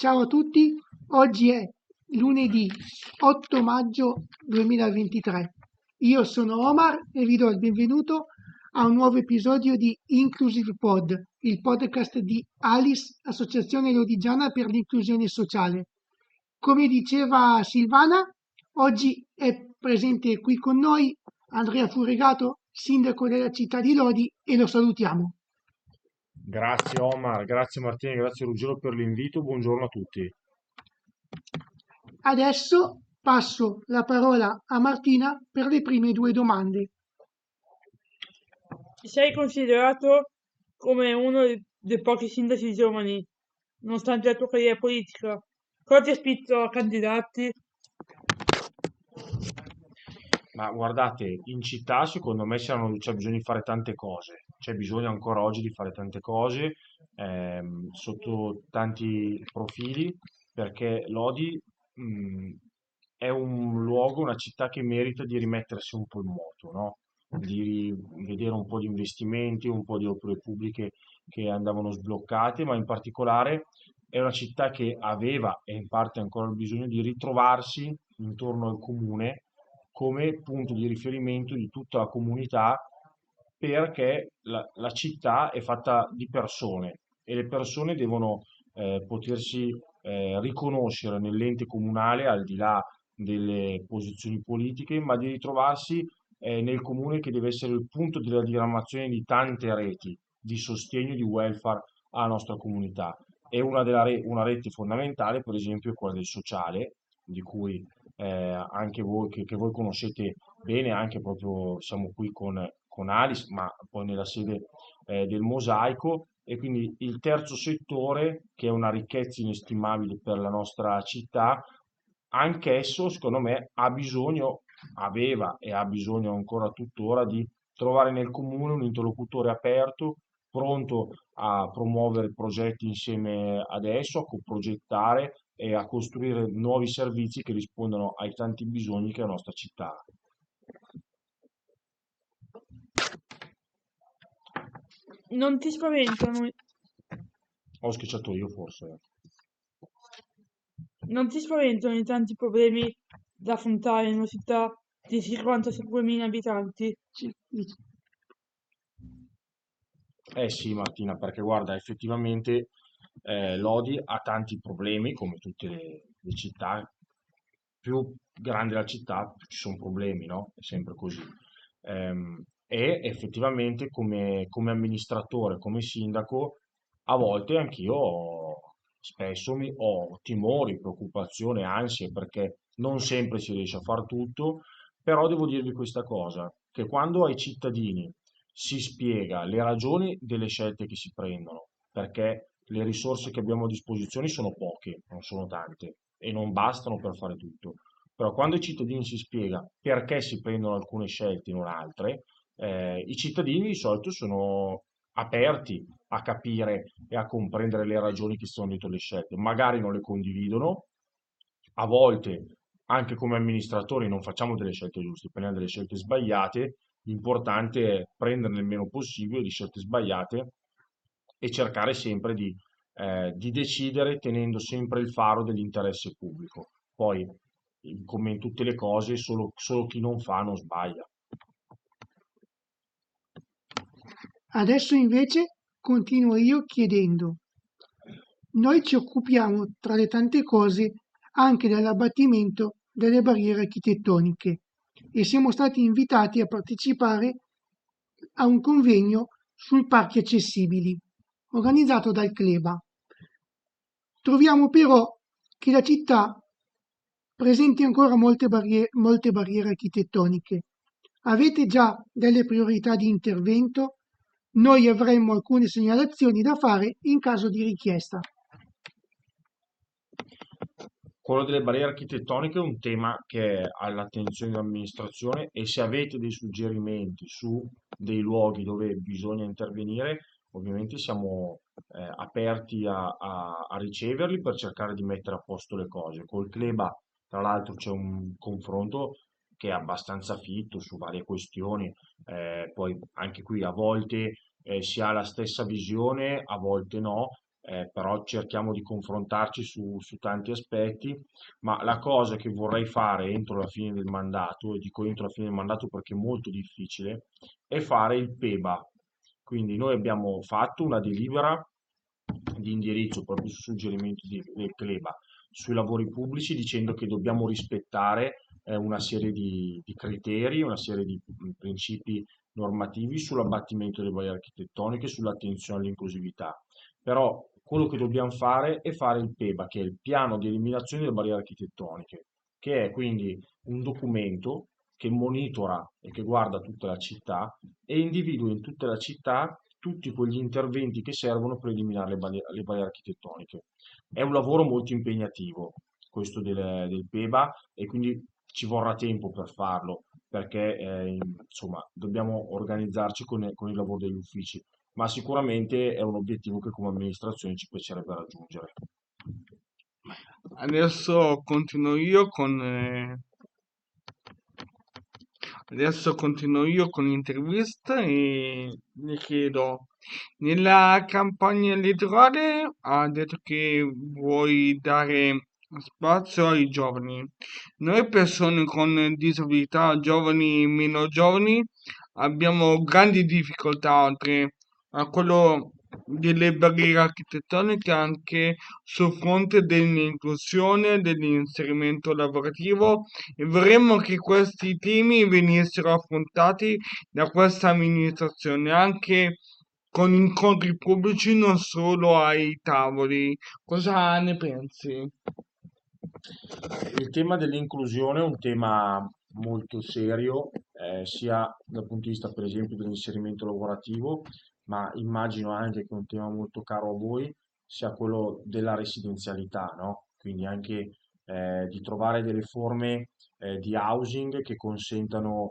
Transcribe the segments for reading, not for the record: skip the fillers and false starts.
Ciao a tutti, oggi è lunedì 8 maggio 2023. Io sono Omar e vi do il benvenuto a un nuovo episodio di Inclusive Pod, il podcast di Alice, Associazione Lodigiana per l'Inclusione Sociale. Come diceva Silvana, oggi è presente qui con noi Andrea Furigato, sindaco della città di Lodi, e lo salutiamo. Grazie Omar, grazie Martina, grazie Ruggero per l'invito, buongiorno a tutti. Adesso passo la parola a Martina per le prime due domande. Sei considerato come uno dei pochi sindaci giovani, nonostante la tua carriera politica. Cosa ti ha spinto a candidarti? Ma guardate, in città secondo me c'è bisogno di fare tante cose, c'è bisogno ancora oggi di fare tante cose sotto tanti profili, perché Lodi mh, è un luogo, una città che merita di rimettersi un po' in moto, no? Di vedere un po' di investimenti, un po' di opere pubbliche che andavano sbloccate, ma in particolare è una città che aveva e in parte ancora il bisogno di ritrovarsi intorno al comune come punto di riferimento di tutta la comunità, perché la città è fatta di persone e le persone devono potersi riconoscere nell'ente comunale al di là delle posizioni politiche, ma di ritrovarsi nel comune che deve essere il punto della diramazione di tante reti di sostegno e di welfare alla nostra comunità. E una rete fondamentale, per esempio, è quella del sociale, di cui anche voi, che voi conoscete bene, anche proprio siamo qui con Alice, ma poi nella sede del Mosaico, e quindi il terzo settore, che è una ricchezza inestimabile per la nostra città, anch'esso, secondo me, aveva e ha bisogno ancora tuttora di trovare nel comune un interlocutore aperto, pronto a promuovere progetti insieme ad esso, a coprogettare e a costruire nuovi servizi che rispondano ai tanti bisogni che la nostra città ha. Non ti spaventano, Ho schiacciato io forse. non ti spaventano i tanti problemi da affrontare in una città di 55.000 abitanti? Eh sì, Martina, perché guarda, effettivamente Lodi ha tanti problemi, come tutte le città. Più grande la città, più ci sono problemi, no? È sempre così. E effettivamente come amministratore, come sindaco, a volte anch'io spesso ho timori, preoccupazioni, ansie, perché non sempre si riesce a far tutto, però devo dirvi questa cosa, che quando ai cittadini si spiega le ragioni delle scelte che si prendono, perché le risorse che abbiamo a disposizione sono poche, non sono tante e non bastano per fare tutto. Però quando ai cittadini si spiega perché si prendono alcune scelte e non altre, i cittadini di solito sono aperti a capire e a comprendere le ragioni che sono dietro le scelte. Magari non le condividono, a volte anche come amministratori non facciamo delle scelte giuste, prendiamo delle scelte sbagliate. L'importante è prenderne il meno possibile di scelte sbagliate e cercare sempre di decidere tenendo sempre il faro dell'interesse pubblico. Poi, come in tutte le cose, solo chi non fa non sbaglia. Adesso invece continuo io chiedendo. Noi ci occupiamo, tra le tante cose, anche dell'abbattimento delle barriere architettoniche e siamo stati invitati a partecipare a un convegno sui parchi accessibili organizzato dal Cleba. Troviamo però che la città presenti ancora molte barriere architettoniche. Avete già delle priorità di intervento? Noi avremmo alcune segnalazioni da fare in caso di richiesta. Quello delle barriere architettoniche è un tema che è all'attenzione dell'amministrazione, e se avete dei suggerimenti su dei luoghi dove bisogna intervenire, ovviamente siamo aperti a riceverli per cercare di mettere a posto le cose. Col Cleba, tra l'altro, c'è un confronto che è abbastanza fitto su varie questioni, poi anche qui a volte si ha la stessa visione, a volte no, però cerchiamo di confrontarci su tanti aspetti, ma la cosa che vorrei fare entro la fine del mandato, e dico entro la fine del mandato perché è molto difficile, è fare il PEBA. Quindi noi abbiamo fatto una delibera di indirizzo proprio su suggerimento del CLEBA sui lavori pubblici dicendo che dobbiamo rispettare una serie di criteri, una serie di principi normativi sull'abbattimento delle barriere architettoniche, sull'attenzione all'inclusività. Però quello che dobbiamo fare è fare il PEBA, che è il piano di eliminazione delle barriere architettoniche, che è quindi un documento che monitora e che guarda tutta la città e individua in tutta la città tutti quegli interventi che servono per eliminare le barriere architettoniche. È un lavoro molto impegnativo, questo del PEBA, e quindi ci vorrà tempo per farlo, perché insomma dobbiamo organizzarci con il lavoro degli uffici, ma sicuramente è un obiettivo che come amministrazione ci piacerebbe raggiungere. Adesso continuo io con l'intervista e le chiedo, nella campagna elettorale ha detto che vuoi dare spazio ai giovani. Noi persone con disabilità, giovani e meno giovani, abbiamo grandi difficoltà oltre a quello delle barriere architettoniche anche sul fronte dell'inclusione, dell'inserimento lavorativo e vorremmo che questi temi venissero affrontati da questa amministrazione anche con incontri pubblici, non solo ai tavoli. Cosa ne pensi? Il tema dell'inclusione è un tema molto serio, sia dal punto di vista, per esempio, dell'inserimento lavorativo, ma immagino anche che un tema molto caro a voi sia quello della residenzialità, no? Quindi anche di trovare delle forme di housing che consentano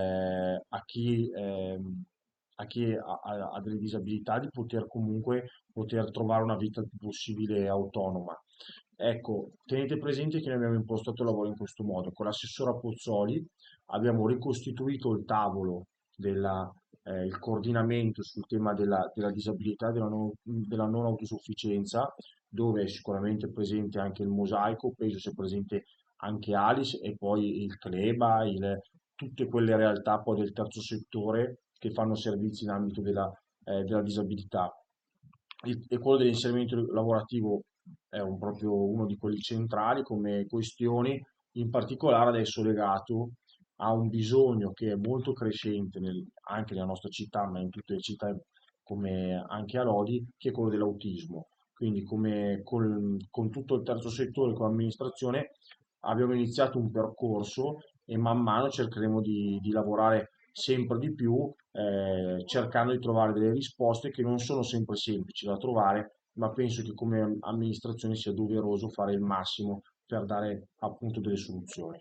a chi ha delle disabilità di poter comunque poter trovare una vita il più possibile autonoma. Ecco, tenete presente che noi abbiamo impostato il lavoro in questo modo. Con l'assessora Pozzoli abbiamo ricostituito il tavolo il coordinamento sul tema della disabilità e della non autosufficienza, dove è sicuramente presente anche il Mosaico, penso sia presente anche Alice e poi il Cleba, tutte quelle realtà poi del terzo settore che fanno servizi in ambito della disabilità. E quello dell'inserimento lavorativo è proprio uno di quelli centrali come questioni, in particolare adesso legato a un bisogno che è molto crescente anche nella nostra città, ma in tutte le città come anche a Lodi, che è quello dell'autismo. Quindi come con tutto il terzo settore, con l'amministrazione, abbiamo iniziato un percorso e man mano cercheremo di lavorare sempre di più, cercando di trovare delle risposte che non sono sempre semplici da trovare, ma penso che come amministrazione sia doveroso fare il massimo per dare appunto delle soluzioni.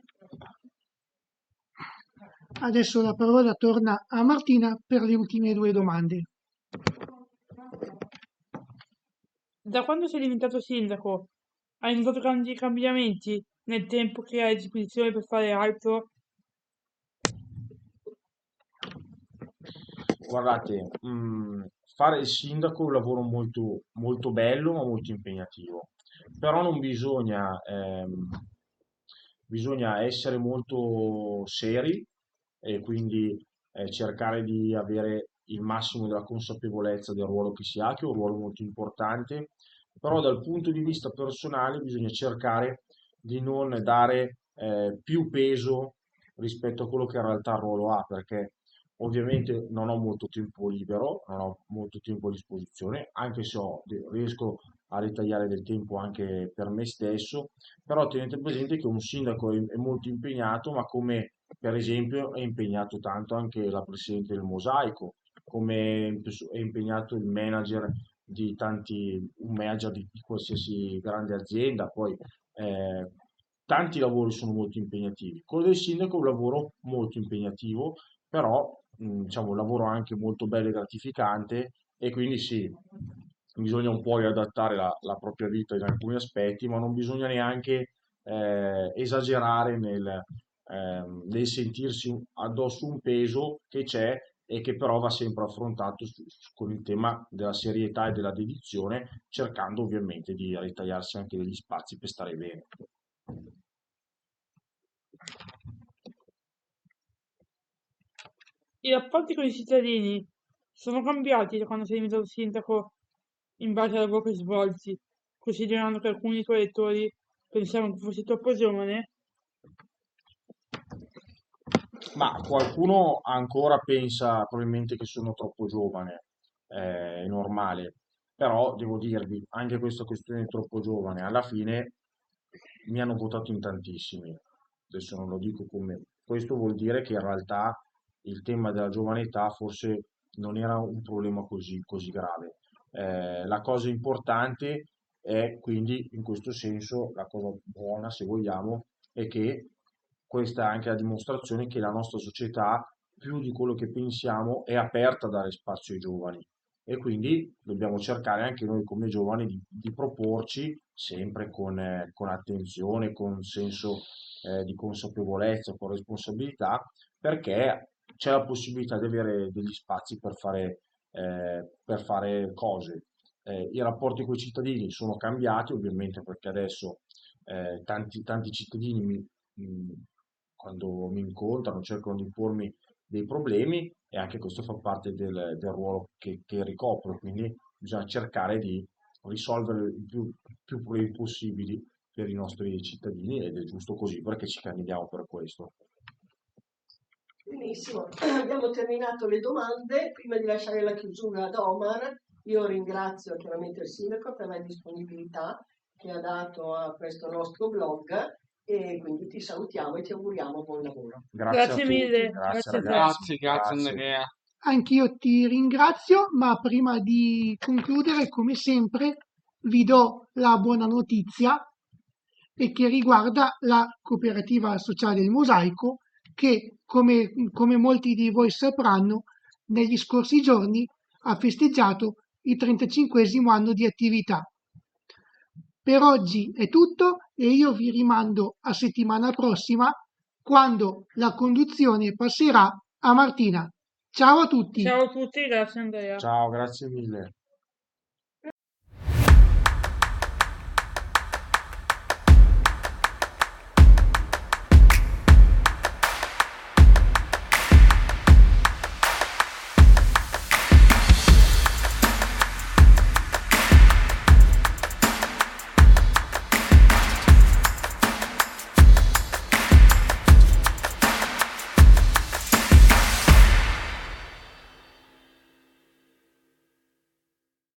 Adesso la parola torna a Martina per le ultime due domande. Da quando sei diventato sindaco, hai notato grandi cambiamenti nel tempo che hai a disposizione per fare altro? Guardate, fare il sindaco è un lavoro molto, molto bello ma molto impegnativo, però non bisogna essere molto seri e quindi cercare di avere il massimo della consapevolezza del ruolo che si ha, che è un ruolo molto importante, però dal punto di vista personale bisogna cercare di non dare più peso rispetto a quello che in realtà il ruolo ha, perché ovviamente non ho molto tempo libero, non ho molto tempo a disposizione, anche se riesco a ritagliare del tempo anche per me stesso, però tenete presente che un sindaco è molto impegnato, ma come per esempio è impegnato tanto anche la presidente del Mosaico, come è impegnato il manager un manager di qualsiasi grande azienda, poi eh, tanti lavori sono molto impegnativi. Quello del sindaco è un lavoro molto impegnativo, però diciamo un lavoro anche molto bello e gratificante e quindi sì, bisogna un po' riadattare la propria vita in alcuni aspetti, ma non bisogna neanche esagerare nel sentirsi addosso un peso che c'è e che però va sempre affrontato con il tema della serietà e della dedizione, cercando ovviamente di ritagliarsi anche degli spazi per stare bene. I rapporti con i cittadini sono cambiati da quando sei diventato sindaco in base al lavoro che svolgi, considerando che alcuni tuoi elettori pensavano che fossi troppo giovane? Ma qualcuno ancora pensa probabilmente che sono troppo giovane, è normale, però devo dirvi, anche questa questione di troppo giovane, alla fine mi hanno votato in tantissimi, adesso non lo dico come, questo vuol dire che in realtà il tema della giovane età forse non era un problema così grave. La cosa importante è quindi, in questo senso, la cosa buona, se vogliamo, è che questa è anche la dimostrazione che la nostra società, più di quello che pensiamo, è aperta a dare spazio ai giovani e quindi dobbiamo cercare anche noi come giovani di proporci sempre con attenzione, con senso di consapevolezza, con responsabilità, perché c'è la possibilità di avere degli spazi per fare cose. I rapporti con i cittadini sono cambiati ovviamente perché adesso tanti cittadini quando mi incontrano cercano di pormi dei problemi e anche questo fa parte del ruolo che ricopro, quindi bisogna cercare di risolvere più problemi possibili per i nostri cittadini ed è giusto così perché ci candidiamo per questo. Benissimo, abbiamo terminato le domande. Prima di lasciare la chiusura ad Omar, io ringrazio chiaramente il sindaco per la disponibilità che ha dato a questo nostro blog e quindi ti salutiamo e ti auguriamo buon lavoro. Grazie a Grazie tutti, mille, grazie grazie a te. ragazzi, Grazie grazie. Andrea. Anch'io ti ringrazio, ma prima di concludere, come sempre, vi do la buona notizia e che riguarda la cooperativa sociale del Mosaico che, come molti di voi sapranno, negli scorsi giorni ha festeggiato il 35° anno di attività. Per oggi è tutto e io vi rimando a settimana prossima quando la conduzione passerà a Martina. Ciao a tutti! Ciao a tutti, grazie Andrea. Ciao, grazie mille.